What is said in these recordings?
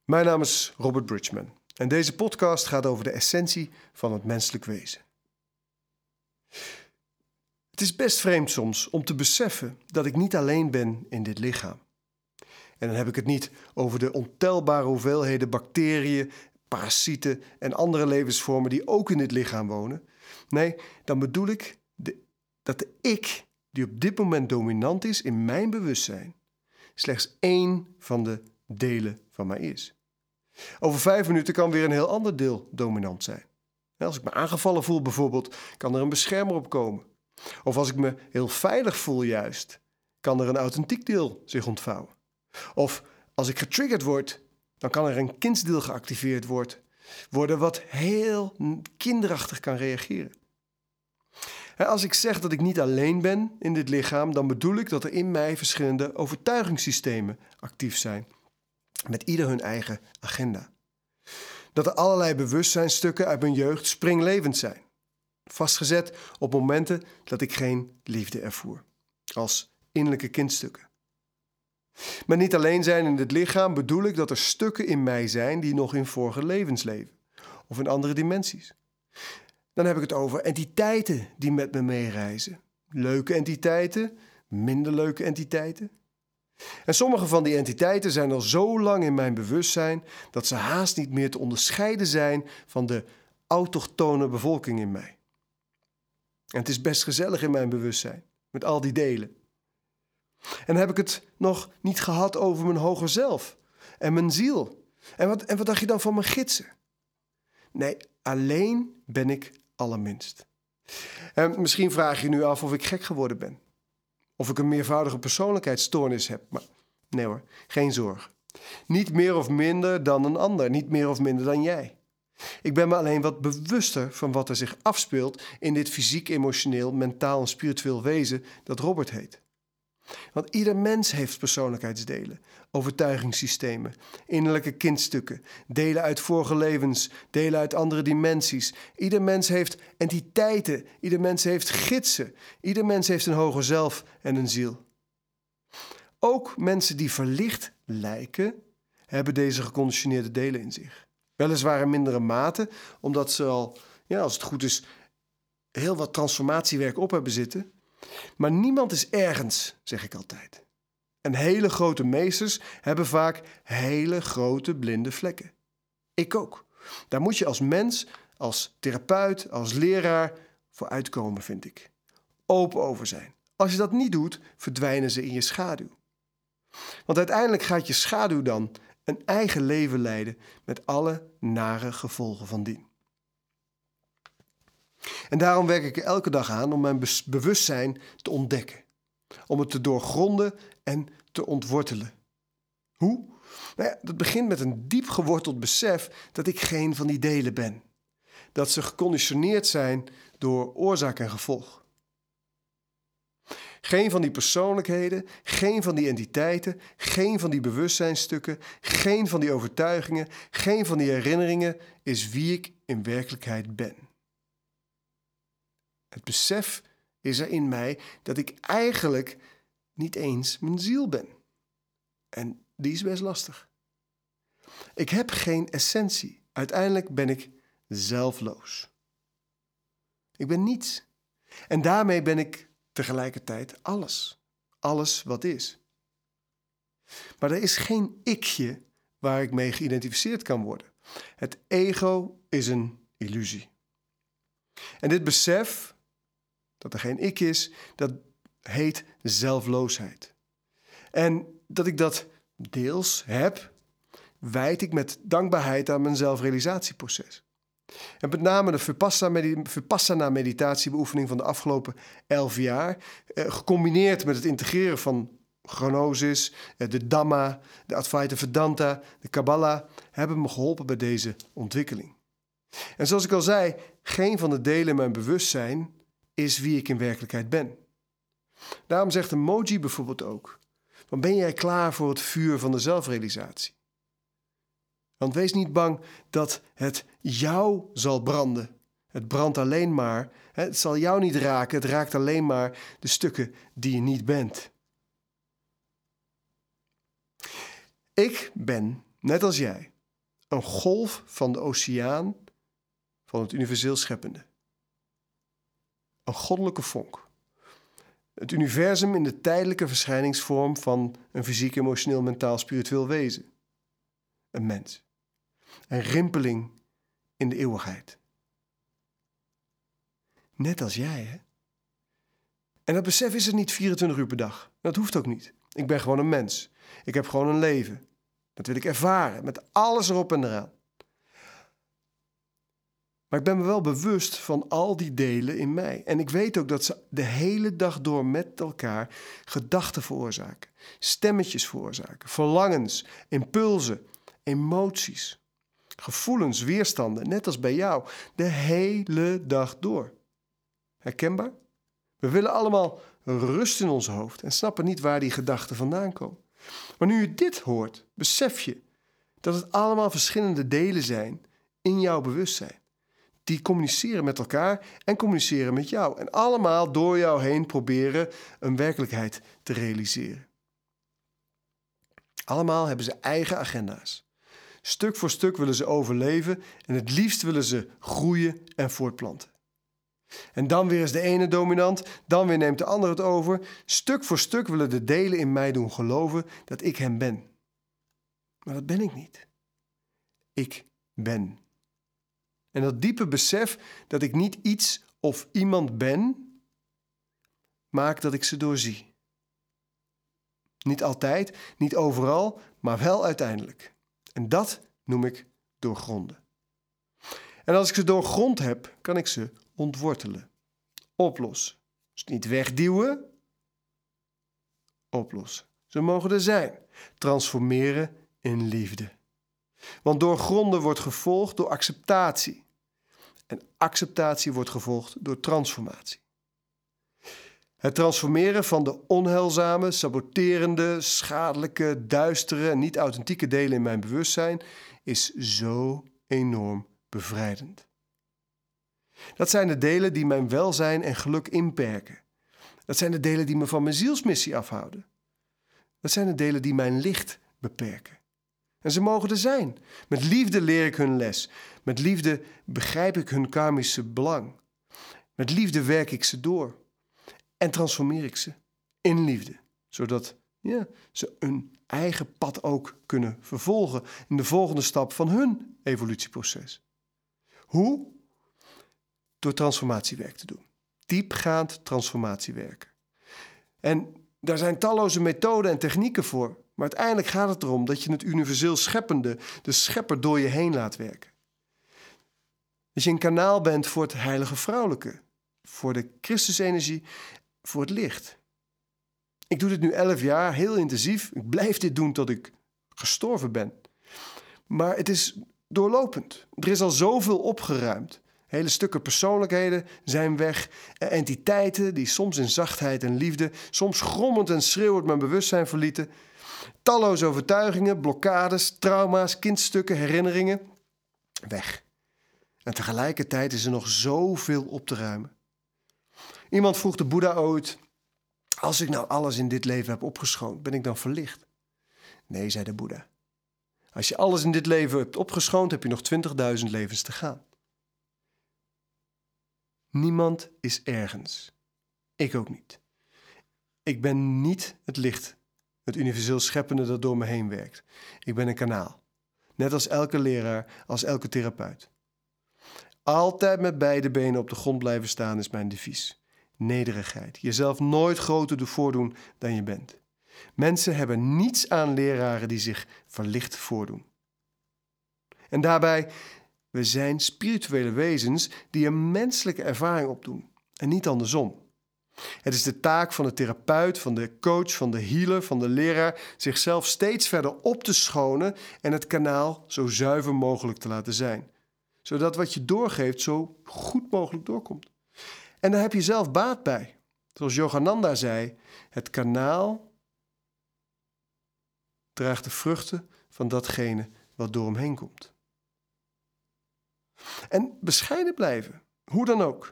Mijn naam is Robert Bridgman en deze podcast gaat over de essentie van het menselijk wezen. Het is best vreemd soms om te beseffen dat ik niet alleen ben in dit lichaam. En dan heb ik het niet over de ontelbare hoeveelheden bacteriën, parasieten en andere levensvormen die ook in dit lichaam wonen. Nee, dan bedoel ik dat de ik die op dit moment dominant is in mijn bewustzijn slechts één van de delen van mij is. Over 5 minuten kan weer een heel ander deel dominant zijn. Als ik me aangevallen voel bijvoorbeeld, kan er een beschermer op komen. Of als ik me heel veilig voel juist, kan er een authentiek deel zich ontvouwen. Of als ik getriggerd word, dan kan er een kindsdeel geactiveerd worden wat heel kinderachtig kan reageren. Als ik zeg dat ik niet alleen ben in dit lichaam, dan bedoel ik dat er in mij verschillende overtuigingssystemen actief zijn, met ieder hun eigen agenda. Dat er allerlei bewustzijnstukken uit mijn jeugd springlevend zijn, vastgezet op momenten dat ik geen liefde ervoer, als innerlijke kindstukken. Met niet alleen zijn in dit lichaam bedoel ik dat er stukken in mij zijn die nog in vorige levens leven, of in andere dimensies. Dan heb ik het over entiteiten die met me meereizen. Leuke entiteiten, minder leuke entiteiten. En sommige van die entiteiten zijn al zo lang in mijn bewustzijn dat ze haast niet meer te onderscheiden zijn van de autochtone bevolking in mij. En het is best gezellig in mijn bewustzijn, met al die delen. En dan heb ik het nog niet gehad over mijn hoger zelf en mijn ziel. En wat dacht je dan van mijn gidsen? Nee, alleen ben ik allerminst. En misschien vraag je nu af of ik gek geworden ben. Of ik een meervoudige persoonlijkheidsstoornis heb. Maar nee hoor, geen zorg. Niet meer of minder dan een ander. Niet meer of minder dan jij. Ik ben me alleen wat bewuster van wat er zich afspeelt in dit fysiek, emotioneel, mentaal en spiritueel wezen dat Robert heet. Want ieder mens heeft persoonlijkheidsdelen, overtuigingssystemen, innerlijke kindstukken, delen uit vorige levens, delen uit andere dimensies. Ieder mens heeft entiteiten, ieder mens heeft gidsen, ieder mens heeft een hoger zelf en een ziel. Ook mensen die verlicht lijken, hebben deze geconditioneerde delen in zich. Weliswaar in mindere mate, omdat ze al, als het goed is, heel wat transformatiewerk op hebben zitten. Maar niemand is ergens, zeg ik altijd. En hele grote meesters hebben vaak hele grote blinde vlekken. Ik ook. Daar moet je als mens, als therapeut, als leraar voor uitkomen, vind ik. Open over zijn. Als je dat niet doet, verdwijnen ze in je schaduw. Want uiteindelijk gaat je schaduw dan een eigen leven leiden met alle nare gevolgen van dien. En daarom werk ik er elke dag aan om mijn bewustzijn te ontdekken. Om het te doorgronden en te ontwortelen. Hoe? Dat begint met een diep geworteld besef dat ik geen van die delen ben. Dat ze geconditioneerd zijn door oorzaak en gevolg. Geen van die persoonlijkheden, geen van die entiteiten, geen van die bewustzijnstukken, geen van die overtuigingen, geen van die herinneringen is wie ik in werkelijkheid ben. Het besef is er in mij dat ik eigenlijk niet eens mijn ziel ben. En die is best lastig. Ik heb geen essentie. Uiteindelijk ben ik zelfloos. Ik ben niets. En daarmee ben ik tegelijkertijd alles. Alles wat is. Maar er is geen ikje waar ik mee geïdentificeerd kan worden. Het ego is een illusie. En dit besef dat er geen ik is, dat heet zelfloosheid. En dat ik dat deels heb, wijd ik met dankbaarheid aan mijn zelfrealisatieproces. En met name de Vipassana-meditatiebeoefening van de afgelopen 11 jaar, gecombineerd met het integreren van Gnosis, de Dhamma, de Advaita Vedanta, de Kabbalah, hebben me geholpen bij deze ontwikkeling. En zoals ik al zei, geen van de delen in mijn bewustzijn is wie ik in werkelijkheid ben. Daarom zegt een Moji bijvoorbeeld ook: van ben jij klaar voor het vuur van de zelfrealisatie? Want wees niet bang dat het jou zal branden. Het brandt alleen maar, het zal jou niet raken, het raakt alleen maar de stukken die je niet bent. Ik ben, net als jij, een golf van de oceaan van het universeel scheppende. Een goddelijke vonk. Het universum in de tijdelijke verschijningsvorm van een fysiek, emotioneel, mentaal, spiritueel wezen. Een mens. Een rimpeling in de eeuwigheid. Net als jij, hè? En dat besef is er niet 24 uur per dag. Dat hoeft ook niet. Ik ben gewoon een mens. Ik heb gewoon een leven. Dat wil ik ervaren, met alles erop en eraan. Maar ik ben me wel bewust van al die delen in mij. En ik weet ook dat ze de hele dag door met elkaar gedachten veroorzaken. Stemmetjes veroorzaken. Verlangens, impulsen, emoties. Gevoelens, weerstanden, net als bij jou. De hele dag door. Herkenbaar? We willen allemaal rust in ons hoofd en snappen niet waar die gedachten vandaan komen. Maar nu je dit hoort, besef je dat het allemaal verschillende delen zijn in jouw bewustzijn. Die communiceren met elkaar en communiceren met jou. En allemaal door jou heen proberen een werkelijkheid te realiseren. Allemaal hebben ze eigen agenda's. Stuk voor stuk willen ze overleven en het liefst willen ze groeien en voortplanten. En dan weer is de ene dominant, dan weer neemt de ander het over. Stuk voor stuk willen de delen in mij doen geloven dat ik hem ben. Maar dat ben ik niet. Ik ben. En dat diepe besef dat ik niet iets of iemand ben, maakt dat ik ze doorzie. Niet altijd, niet overal, maar wel uiteindelijk. En dat noem ik doorgronden. En als ik ze doorgrond heb, kan ik ze ontwortelen. Oplossen. Dus niet wegduwen, oplossen. Ze mogen er zijn. Transformeren in liefde. Want doorgronden wordt gevolgd door acceptatie. En acceptatie wordt gevolgd door transformatie. Het transformeren van de onheilzame, saboterende, schadelijke, duistere en niet authentieke delen in mijn bewustzijn is zo enorm bevrijdend. Dat zijn de delen die mijn welzijn en geluk inperken. Dat zijn de delen die me van mijn zielsmissie afhouden. Dat zijn de delen die mijn licht beperken. En ze mogen er zijn. Met liefde leer ik hun les. Met liefde begrijp ik hun karmische belang. Met liefde werk ik ze door. En transformeer ik ze in liefde. Zodat ze hun eigen pad ook kunnen vervolgen in de volgende stap van hun evolutieproces. Hoe? Door transformatiewerk te doen. Diepgaand transformatiewerk. En daar zijn talloze methoden en technieken voor. Maar uiteindelijk gaat het erom dat je het universeel scheppende, de schepper, door je heen laat werken. Dat je een kanaal bent voor het heilige vrouwelijke. Voor de Christusenergie, voor het licht. Ik doe dit nu 11 jaar, heel intensief. Ik blijf dit doen tot ik gestorven ben. Maar het is doorlopend. Er is al zoveel opgeruimd. Hele stukken persoonlijkheden zijn weg. Entiteiten die soms in zachtheid en liefde, soms grommend en schreeuwend mijn bewustzijn verlieten. Talloze overtuigingen, blokkades, trauma's, kindstukken, herinneringen. Weg. En tegelijkertijd is er nog zoveel op te ruimen. Iemand vroeg de Boeddha ooit: als ik nou alles in dit leven heb opgeschoond, ben ik dan verlicht? Nee, zei de Boeddha. Als je alles in dit leven hebt opgeschoond, heb je nog 20.000 levens te gaan. Niemand is ergens. Ik ook niet. Ik ben niet het licht, het universeel scheppende dat door me heen werkt. Ik ben een kanaal. Net als elke leraar, als elke therapeut. Altijd met beide benen op de grond blijven staan is mijn devies. Nederigheid. Jezelf nooit groter voordoen dan je bent. Mensen hebben niets aan leraren die zich verlicht voordoen. En daarbij, we zijn spirituele wezens die een menselijke ervaring opdoen. En niet andersom. Het is de taak van de therapeut, van de coach, van de healer, van de leraar zichzelf steeds verder op te schonen en het kanaal zo zuiver mogelijk te laten zijn. Zodat wat je doorgeeft zo goed mogelijk doorkomt. En daar heb je zelf baat bij. Zoals Yogananda zei, het kanaal draagt de vruchten van datgene wat door hem heen komt. En bescheiden blijven, hoe dan ook.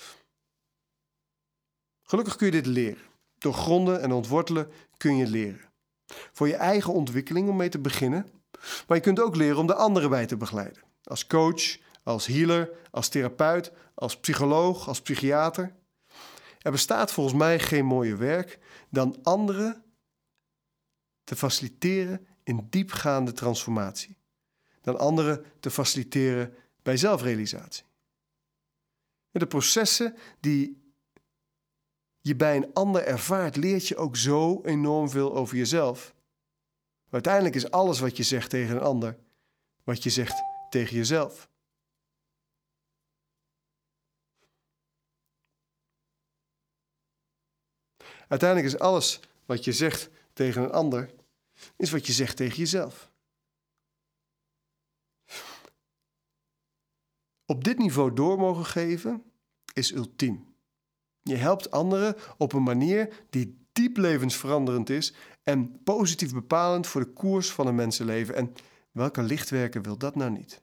Gelukkig kun je dit leren. Door gronden en ontwortelen kun je leren. Voor je eigen ontwikkeling om mee te beginnen, Maar je kunt ook leren om de anderen bij te begeleiden. Als coach, als healer, als therapeut, als psycholoog, als psychiater. Er bestaat volgens mij geen mooier werk dan anderen te faciliteren in diepgaande transformatie. Dan anderen te faciliteren bij zelfrealisatie. De processen die je bij een ander ervaart, leert je ook zo enorm veel over jezelf. Maar uiteindelijk is alles wat je zegt tegen een ander, wat je zegt tegen jezelf. Uiteindelijk is alles wat je zegt tegen een ander, is wat je zegt tegen jezelf. Op dit niveau door mogen geven is ultiem. Je helpt anderen op een manier die diep levensveranderend is en positief bepalend voor de koers van een mensenleven. En welke lichtwerker wil dat nou niet?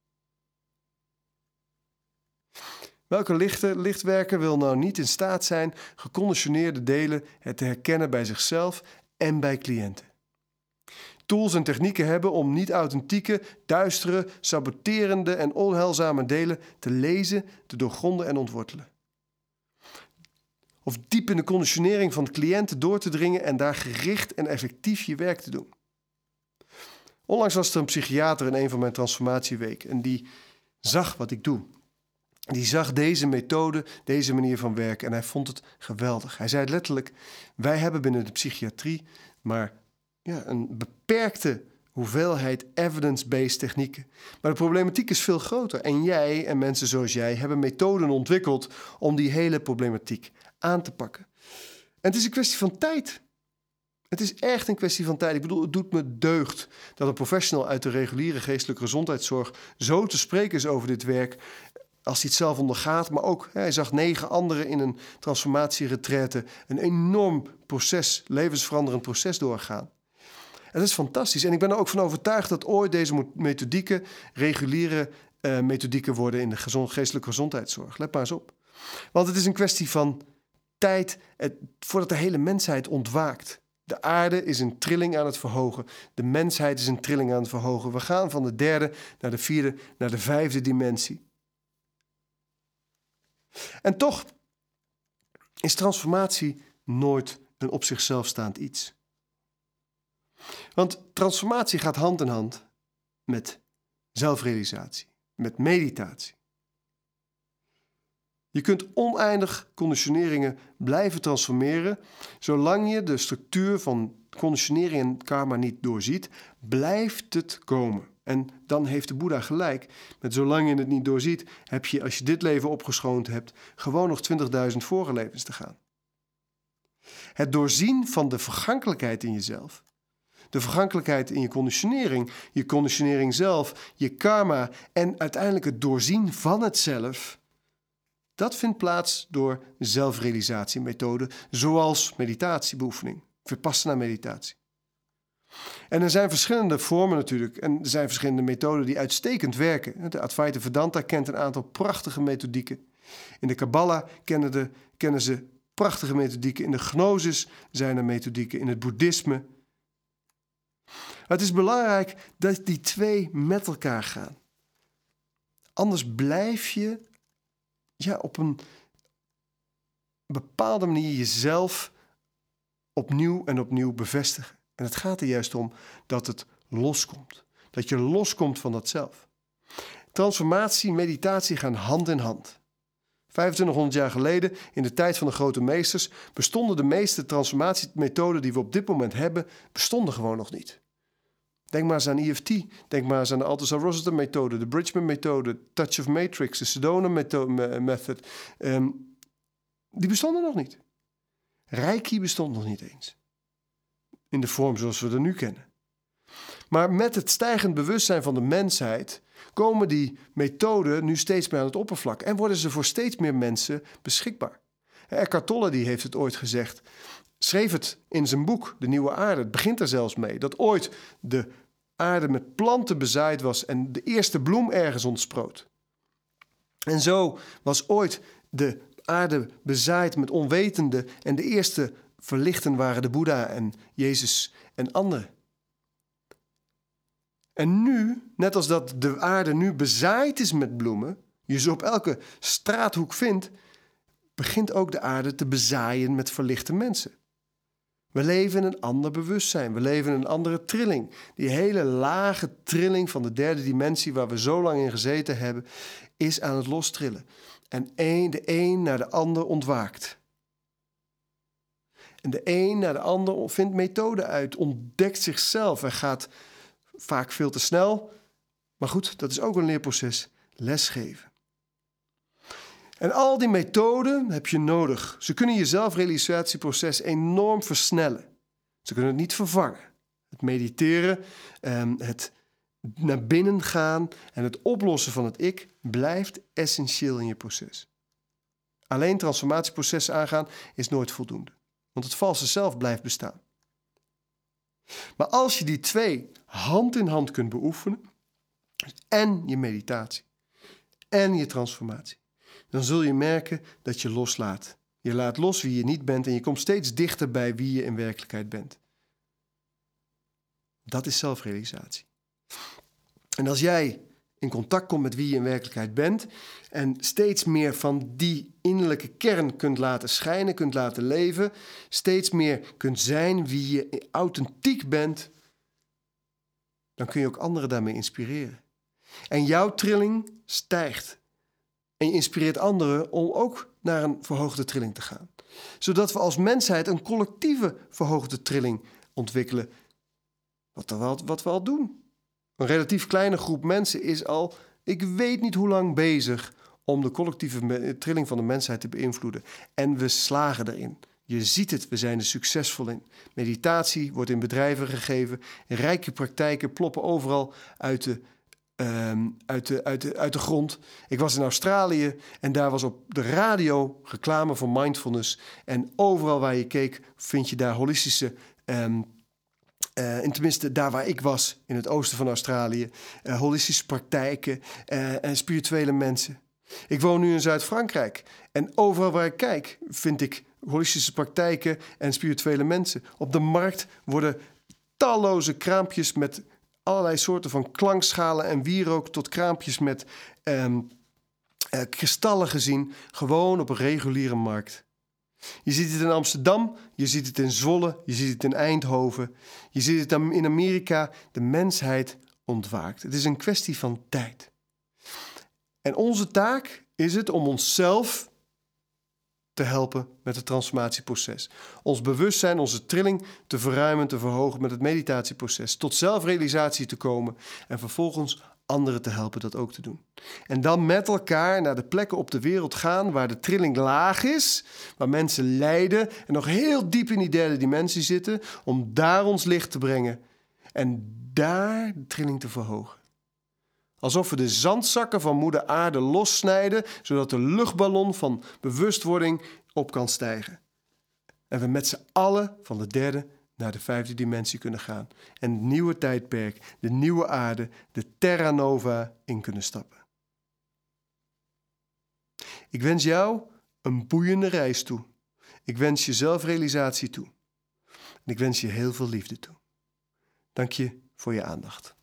Welke lichtwerker wil nou niet in staat zijn geconditioneerde delen te herkennen bij zichzelf en bij cliënten? Tools en technieken hebben om niet-authentieke, duistere, saboterende en onheilzame delen te lezen, te doorgronden en ontwortelen. Of diep in de conditionering van de cliënten door te dringen en daar gericht en effectief je werk te doen. Onlangs was er een psychiater in een van mijn transformatieweken en die zag wat ik doe. Die zag deze methode, deze manier van werken en hij vond het geweldig. Hij zei letterlijk, wij hebben binnen de psychiatrie maar een beperkte hoeveelheid evidence-based technieken. Maar de problematiek is veel groter. En jij en mensen zoals jij hebben methoden ontwikkeld om die hele problematiek aan te pakken. En het is een kwestie van tijd. Het is echt een kwestie van tijd. Ik bedoel, het doet me deugd dat een professional uit de reguliere geestelijke gezondheidszorg zo te spreken is over dit werk als hij het zelf ondergaat. Maar ook, hij zag 9 anderen in een transformatieretraite een enorm proces, levensveranderend proces doorgaan. En dat is fantastisch. En ik ben er ook van overtuigd dat ooit deze methodieken reguliere methodieken worden in de geestelijke gezondheidszorg. Let maar eens op. Want het is een kwestie van tijd voordat de hele mensheid ontwaakt. De aarde is een trilling aan het verhogen. De mensheid is een trilling aan het verhogen. We gaan van de 3e naar de 4e naar de 5e dimensie. En toch is transformatie nooit een op zichzelf staand iets. Want transformatie gaat hand in hand met zelfrealisatie, met meditatie. Je kunt oneindig conditioneringen blijven transformeren. Zolang je de structuur van conditionering en karma niet doorziet, blijft het komen. En dan heeft de Boeddha gelijk. Met zolang je het niet doorziet, heb je, als je dit leven opgeschoond hebt, gewoon nog 20.000 vorige levens te gaan. Het doorzien van de vergankelijkheid in jezelf, de vergankelijkheid in je conditionering zelf, je karma en uiteindelijk het doorzien van het zelf, dat vindt plaats door zelfrealisatiemethoden zoals meditatiebeoefening, vipassana meditatie. En er zijn verschillende vormen natuurlijk en er zijn verschillende methoden die uitstekend werken. De Advaita Vedanta kent een aantal prachtige methodieken. In de Kabbalah kennen ze prachtige methodieken. In de Gnosis zijn er methodieken. In het Boeddhisme. Het is belangrijk dat die twee met elkaar gaan. Anders blijf je op een bepaalde manier jezelf opnieuw en opnieuw bevestigen. En het gaat er juist om dat het loskomt. Dat je loskomt van dat zelf. Transformatie en meditatie gaan hand in hand. 2500 jaar geleden, in de tijd van de grote meesters, bestonden de meeste transformatiemethoden die we op dit moment hebben, bestonden gewoon nog niet. Denk maar eens aan EFT, denk maar eens aan de Althusser-Rossiter-methode, de Bridgman-methode, Touch of Matrix, de Sedona-method. Die bestonden nog niet. Reiki bestond nog niet eens. In de vorm zoals we er nu kennen. Maar met het stijgend bewustzijn van de mensheid komen die methoden nu steeds meer aan het oppervlak en worden ze voor steeds meer mensen beschikbaar. Eckhart Tolle die heeft het ooit gezegd, schreef het in zijn boek De Nieuwe Aarde. Het begint er zelfs mee dat ooit de aarde met planten bezaaid was en de eerste bloem ergens ontsproot. En zo was ooit de aarde bezaaid met onwetenden en de eerste verlichten waren de Boeddha en Jezus en anderen. En nu, net als dat de aarde nu bezaaid is met bloemen, je ze op elke straathoek vindt, begint ook de aarde te bezaaien met verlichte mensen. We leven in een ander bewustzijn. We leven in een andere trilling. Die hele lage trilling van de derde dimensie waar we zo lang in gezeten hebben, is aan het lostrillen. En de een naar de ander ontwaakt. En de een naar de ander vindt methoden uit, ontdekt zichzelf en gaat vaak veel te snel. Maar goed, dat is ook een leerproces. Lesgeven. En al die methoden heb je nodig. Ze kunnen je zelfrealisatieproces enorm versnellen. Ze kunnen het niet vervangen. Het mediteren, het naar binnen gaan en het oplossen van het ik blijft essentieel in je proces. Alleen transformatieprocessen aangaan is nooit voldoende. Want het valse zelf blijft bestaan. Maar als je die twee hand in hand kunt beoefenen, en je meditatie en je transformatie, dan zul je merken dat je loslaat. Je laat los wie je niet bent en je komt steeds dichter bij wie je in werkelijkheid bent. Dat is zelfrealisatie. En als jij in contact komt met wie je in werkelijkheid bent en steeds meer van die innerlijke kern kunt laten schijnen, kunt laten leven, steeds meer kunt zijn wie je authentiek bent, dan kun je ook anderen daarmee inspireren. En jouw trilling stijgt. En je inspireert anderen om ook naar een verhoogde trilling te gaan. Zodat we als mensheid een collectieve verhoogde trilling ontwikkelen. Wat we al doen. Een relatief kleine groep mensen is al, ik weet niet hoe lang bezig om de collectieve trilling van de mensheid te beïnvloeden. En we slagen erin. Je ziet het, we zijn er succesvol in. Meditatie wordt in bedrijven gegeven. Rijke praktijken ploppen overal uit de grond. Ik was in Australië en daar was op de radio reclame voor mindfulness. En overal waar je keek vind je daar holistische, en tenminste daar waar ik was, in het oosten van Australië, holistische praktijken en spirituele mensen. Ik woon nu in Zuid-Frankrijk en overal waar ik kijk vind ik holistische praktijken en spirituele mensen. Op de markt worden talloze kraampjes met allerlei soorten van klankschalen en wierook tot kraampjes met kristallen gezien, gewoon op een reguliere markt. Je ziet het in Amsterdam, je ziet het in Zwolle, je ziet het in Eindhoven, je ziet het in Amerika. De mensheid ontwaakt. Het is een kwestie van tijd. En onze taak is het om onszelf te helpen met het transformatieproces. Ons bewustzijn, onze trilling te verruimen, te verhogen met het meditatieproces. Tot zelfrealisatie te komen en vervolgens anderen te helpen dat ook te doen. En dan met elkaar naar de plekken op de wereld gaan waar de trilling laag is, waar mensen lijden en nog heel diep in die derde dimensie zitten, om daar ons licht te brengen en daar de trilling te verhogen. Alsof we de zandzakken van moeder aarde lossnijden, zodat de luchtballon van bewustwording op kan stijgen. En we met z'n allen van de derde naar de vijfde dimensie kunnen gaan. En het nieuwe tijdperk, de nieuwe aarde, de Terra Nova in kunnen stappen. Ik wens jou een boeiende reis toe. Ik wens je zelfrealisatie toe. En ik wens je heel veel liefde toe. Dank je voor je aandacht.